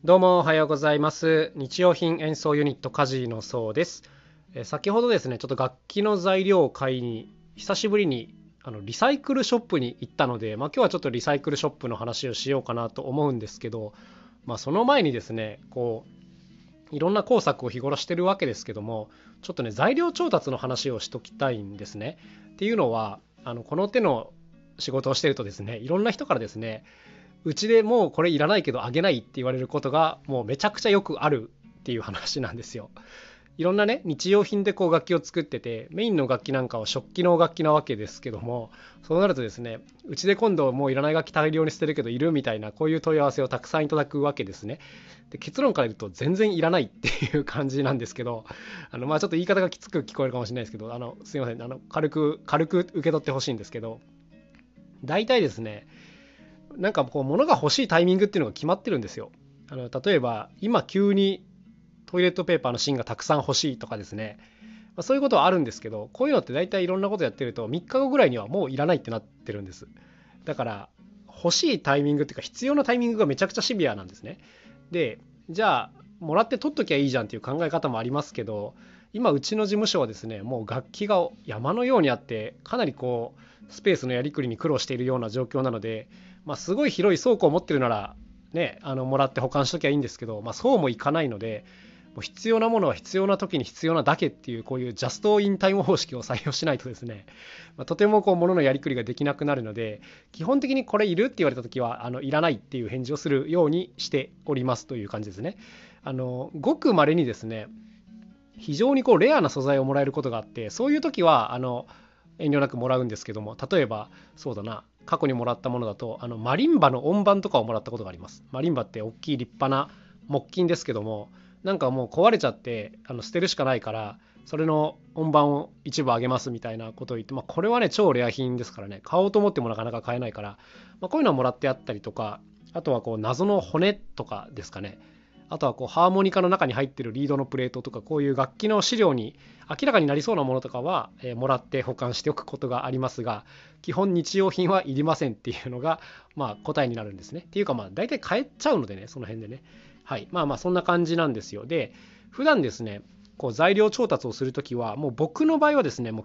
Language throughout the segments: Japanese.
どうもおはようございます。日用品演奏ユニットカジのそうです。先ほどですね、ちょっと楽器の材料を買いに久しぶりにリサイクルショップに行ったので、今日はちょっとリサイクルショップの話をしようかなと思うんですけど、その前にですね、いろんな工作を日頃してるわけですけども、ちょっとね材料調達の話をしときたいんですね。っていうのはこの手の仕事をしてるとですね、いろんな人からですね、うちでもうこれいらないけどあげないって言われることがもうめちゃくちゃよくあるっていう話なんですよ。いろんなね日用品で楽器を作ってて、メインの楽器なんかは食器の楽器なわけですけども、そうなるとですね、うちで今度もういらない楽器大量に捨てるけどいるみたいな、こういう問い合わせをたくさんいただくわけですね。で、結論から言うと全然いらないっていう感じなんですけど、ちょっと言い方がきつく聞こえるかもしれないですけど、すいません、軽く受け取ってほしいんですけど、大体ですね、なんか物が欲しいタイミングっていうのが決まってるんですよ。例えば今急にトイレットペーパーの芯がたくさん欲しいとかですね、そういうことはあるんですけど、こういうのって大体いろんなことやってると3日後ぐらいにはもういらないってなってるんです。だから欲しいタイミングっていうか必要なタイミングがめちゃくちゃシビアなんですね。で、じゃあもらって取っときゃいいじゃんっていう考え方もありますけど、今うちの事務所はですね、もう楽器が山のようにあって、かなりスペースのやりくりに苦労しているような状況なので、すごい広い倉庫を持ってるならね、もらって保管しときゃいいんですけど、そうもいかないので、もう必要なものは必要な時に必要なだけっていう、こういうジャストインタイム方式を採用しないとですね、とても物のやりくりができなくなるので、基本的にこれいるって言われた時はいらないっていう返事をするようにしておりますという感じですね。ごく稀にですね、非常にレアな素材をもらえることがあって、そういう時は遠慮なくもらうんですけども、例えばそうだな、過去にもらったものだとマリンバの音盤とかをもらったことがあります。マリンバって大きい立派な木琴ですけども、なんかもう壊れちゃって捨てるしかないから、それの音盤を一部あげますみたいなことを言って、これはね超レア品ですからね、買おうと思ってもなかなか買えないから、こういうのはもらってあったりとか、あとは謎の骨とかですかね。あとはハーモニカの中に入ってるリードのプレートとか、こういう楽器の資料に明らかになりそうなものとかは、もらって保管しておくことがありますが、基本日用品はいりませんっていうのが答えになるんですね。っていうか大体買えちゃうのでね、その辺でね。はい、そんな感じなんですよ。で、普段ですね、材料調達をするときは、もう僕の場合はですね、もう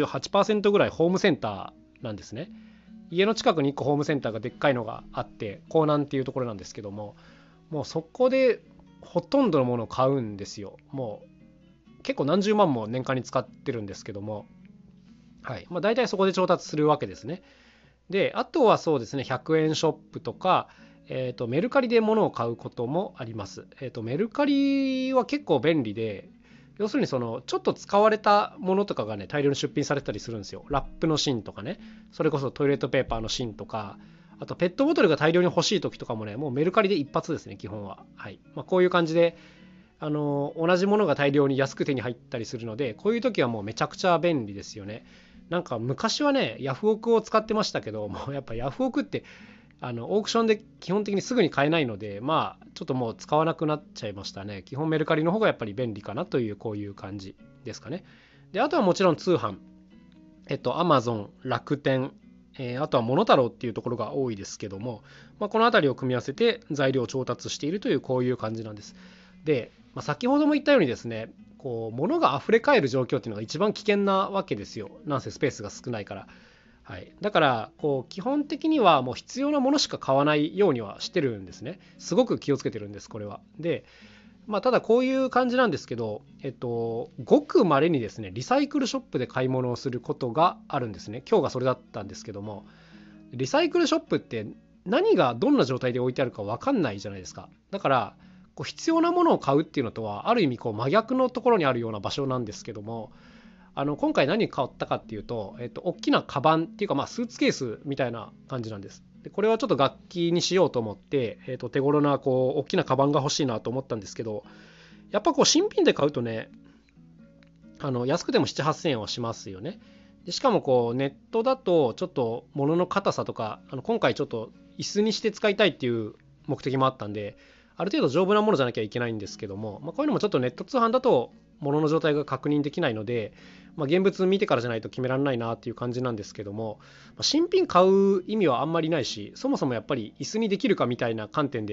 98%ぐらいホームセンターなんですね。家の近くに1個ホームセンターがでっかいのがあって、港南っていうところなんですけども、もうそこでほとんどのものを買うんですよ。もう結構何十万も年間に使ってるんですけども、はい。大体そこで調達するわけですね。で、あとはそうですね、100円ショップとか、メルカリで物を買うこともあります。メルカリは結構便利で、要するにちょっと使われたものとかがね、大量に出品されたりするんですよ。ラップの芯とかね、それこそトイレットペーパーの芯とか、あとペットボトルが大量に欲しい時とかもね、もうメルカリで一発ですね、基本は。はい。こういう感じで、同じものが大量に安く手に入ったりするので、こういう時はもうめちゃくちゃ便利ですよね。なんか昔はね、ヤフオクを使ってましたけど、もうやっぱヤフオクってオークションで基本的にすぐに買えないので、ちょっともう使わなくなっちゃいましたね。基本メルカリの方がやっぱり便利かなという、こういう感じですかね。で、あとはもちろん通販。アマゾン、楽天、あとはモノタロウっていうところが多いですけども、この辺りを組み合わせて材料を調達しているという、こういう感じなんです。で、先ほども言ったようにですね、物が溢れかえる状況っていうのが一番危険なわけですよ。なんせスペースが少ないから。はい、だから基本的にはもう必要なものしか買わないようにはしてるんですね。すごく気をつけてるんです、これは。で、ただこういう感じなんですけど、ごく稀にですね、リサイクルショップで買い物をすることがあるんですね。今日がそれだったんですけども、リサイクルショップって何がどんな状態で置いてあるか分かんないじゃないですか。だから必要なものを買うっていうのとはある意味真逆のところにあるような場所なんですけども、今回何買ったかっていうと、大きなカバンっていうか、スーツケースみたいな感じなんです。で、これはちょっと楽器にしようと思って、手頃な大きなカバンが欲しいなと思ったんですけど、やっぱ新品で買うとね、安くても7、8000円はしますよね。で、しかもネットだとちょっと物の硬さとか、今回ちょっと椅子にして使いたいっていう目的もあったんで、ある程度丈夫なものじゃなきゃいけないんですけども、こういうのもちょっとネット通販だと物の状態が確認できないので、現物見てからじゃないと決められないなっていう感じなんですけども、新品買う意味はあんまりないし、そもそもやっぱり椅子にできるかみたいな観点で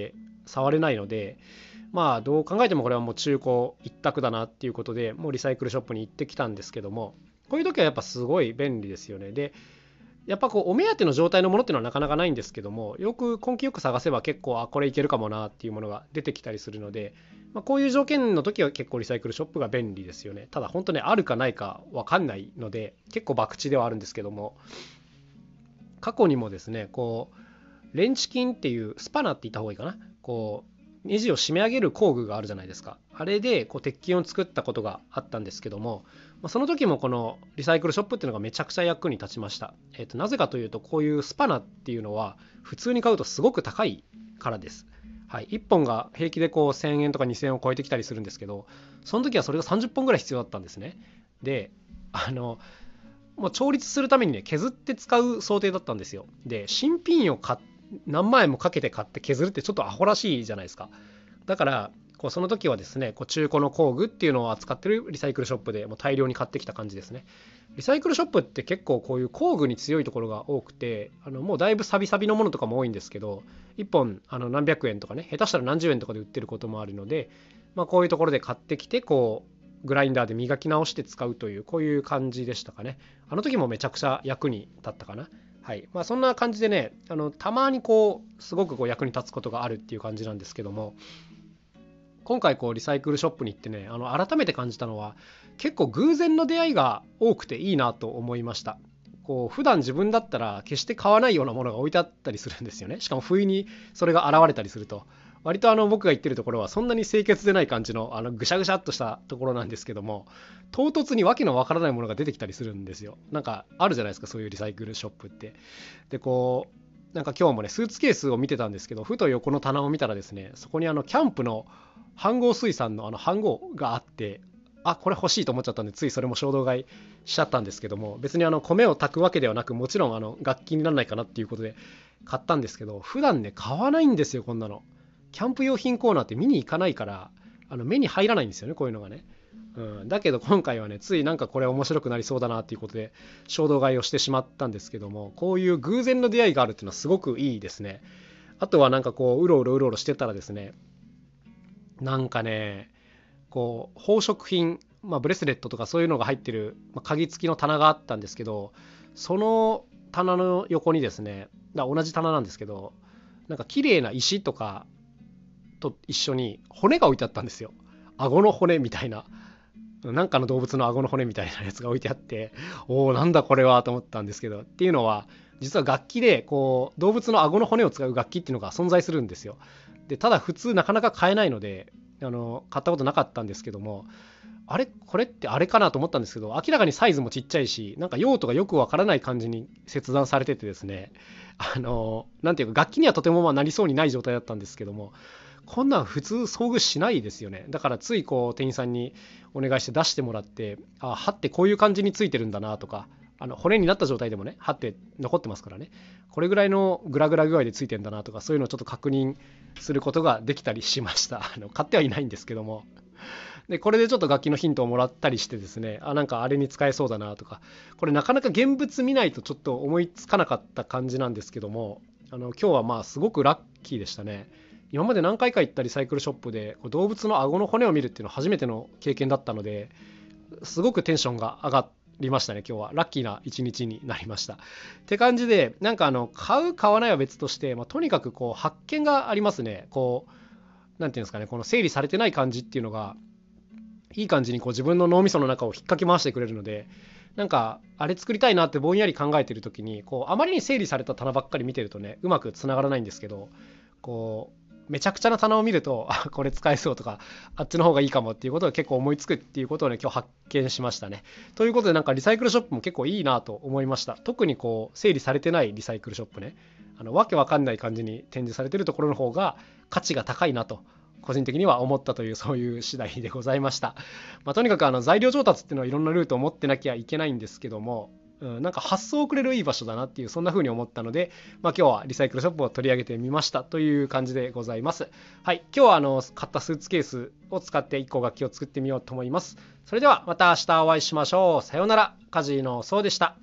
触れないので、まあどう考えてもこれはもう中古一択だなっていうことで、もうリサイクルショップに行ってきたんですけども、こういう時はやっぱすごい便利ですよね。で、やっぱこうお目当ての状態のものっていうのはなかなかないんですけども、根気よく探せば結構これいけるかもなっていうものが出てきたりするので、こういう条件の時は結構リサイクルショップが便利ですよね。ただ本当ね、あるかないか分かんないので結構博打ではあるんですけども、過去にもですね、こうレンチキンっていうスパナって言った方がいいかな、こうネジを締め上げる工具があるじゃないですか。あれでこう鉄筋を作ったことがあったんですけども、その時もこのリサイクルショップっていうのがめちゃくちゃ役に立ちました。なぜかというと、こういうスパナっていうのは普通に買うとすごく高いからです。はい、1本が平気でこう1000円とか2000円を超えてきたりするんですけど、その時はそれが30本ぐらい必要だったんですね。で、もう調律するためにね、削って使う想定だったんですよ。で、新品を何万円もかけて買って削るってちょっとアホらしいじゃないですか。だからこうその時はですね、こう中古の工具っていうのを扱ってるリサイクルショップでもう大量に買ってきた感じですね。リサイクルショップって結構こういう工具に強いところが多くて、もうだいぶサビサビのものとかも多いんですけど、1本何百円とかね、下手したら何十円とかで売ってることもあるので、こういうところで買ってきてこうグラインダーで磨き直して使うという、こういう感じでしたかね。あの時もめちゃくちゃ役に立ったかな。はい。そんな感じでね、たまにこうすごくこう役に立つことがあるっていう感じなんですけども、今回こうリサイクルショップに行ってね、改めて感じたのは、結構偶然の出会いが多くていいなと思いました。こう普段自分だったら決して買わないようなものが置いてあったりするんですよね。しかも不意にそれが現れたりすると、割と僕が行ってるところはそんなに清潔でない感じのぐしゃぐしゃっとしたところなんですけども、唐突にわけのわからないものが出てきたりするんですよ。なんかあるじゃないですか、そういうリサイクルショップって。で、こうなんか今日もね、スーツケースを見てたんですけど、ふと横の棚を見たらですね、そこにキャンプの飯盒水産の飯盒があって、これ欲しいと思っちゃったんで、ついそれも衝動買いしちゃったんですけども、別に米を炊くわけではなく、もちろん楽器にならないかなっていうことで買ったんですけど、普段ね買わないんですよ、こんなの。キャンプ用品コーナーって見に行かないから、目に入らないんですよね、こういうのがね。だけど今回はね、ついなんかこれ面白くなりそうだなっていうことで衝動買いをしてしまったんですけども、こういう偶然の出会いがあるっていうのはすごくいいですね。あとはなんかこううろうろしてたらですね、なんかね、こう宝飾品、ブレスレットとかそういうのが入ってる、鍵付きの棚があったんですけど、その棚の横にですね、同じ棚なんですけど、なんか綺麗な石とかと一緒に骨が置いてあったんですよ。顎の骨みたいな、なんかの動物の顎の骨みたいなやつが置いてあって、おお、なんだこれはと思ったんですけど、っていうのは実は楽器でこう動物の顎の骨を使う楽器っていうのが存在するんですよ。で、ただ普通なかなか買えないので買ったことなかったんですけども、これってあれかなと思ったんですけど、明らかにサイズもちっちゃいし、なんか用途がよくわからない感じに切断されててですね、なんていうか楽器にはとてもなりそうにない状態だったんですけども、こんなん普通遭遇しないですよね。だからついこう店員さんにお願いして出してもらって、歯ってこういう感じについてるんだなとか、骨になった状態でもね、歯って残ってますからね、これぐらいのグラグラ具合でついてんだなとか、そういうのをちょっと確認することができたりしました。買ってはいないんですけども。で、これでちょっと楽器のヒントをもらったりしてですね、なんかあれに使えそうだなとか、これなかなか現物見ないとちょっと思いつかなかった感じなんですけども、今日はすごくラッキーでしたね。今まで何回か行ったリサイクルショップで動物の顎の骨を見るっていうのは初めての経験だったので、すごくテンションが上がりましたね。今日はラッキーな一日になりましたって感じで、なんか買う買わないは別として、とにかくこう発見がありますね。こうなんていうんですかね、この整理されてない感じっていうのがいい感じにこう自分の脳みその中を引っかき回してくれるので、なんかあれ作りたいなってぼんやり考えてる時に、こうあまりに整理された棚ばっかり見てるとね、うまくつながらないんですけど、こうめちゃくちゃな棚を見ると、これ使えそうとか、あっちの方がいいかもっていうことが結構思いつくっていうことをね、今日発見しましたね。ということで、なんかリサイクルショップも結構いいなと思いました。特にこう整理されてないリサイクルショップね、わけわかんない感じに展示されてるところの方が価値が高いなと個人的には思ったという、そういう次第でございました。とにかく材料調達っていうのはいろんなルートを持ってなきゃいけないんですけども、なんか発想をくれるいい場所だなっていう、そんな風に思ったので、今日はリサイクルショップを取り上げてみましたという感じでございます。はい、今日は買ったスーツケースを使って1個楽器を作ってみようと思います。それではまた明日お会いしましょう。さようなら。カジノそうでした。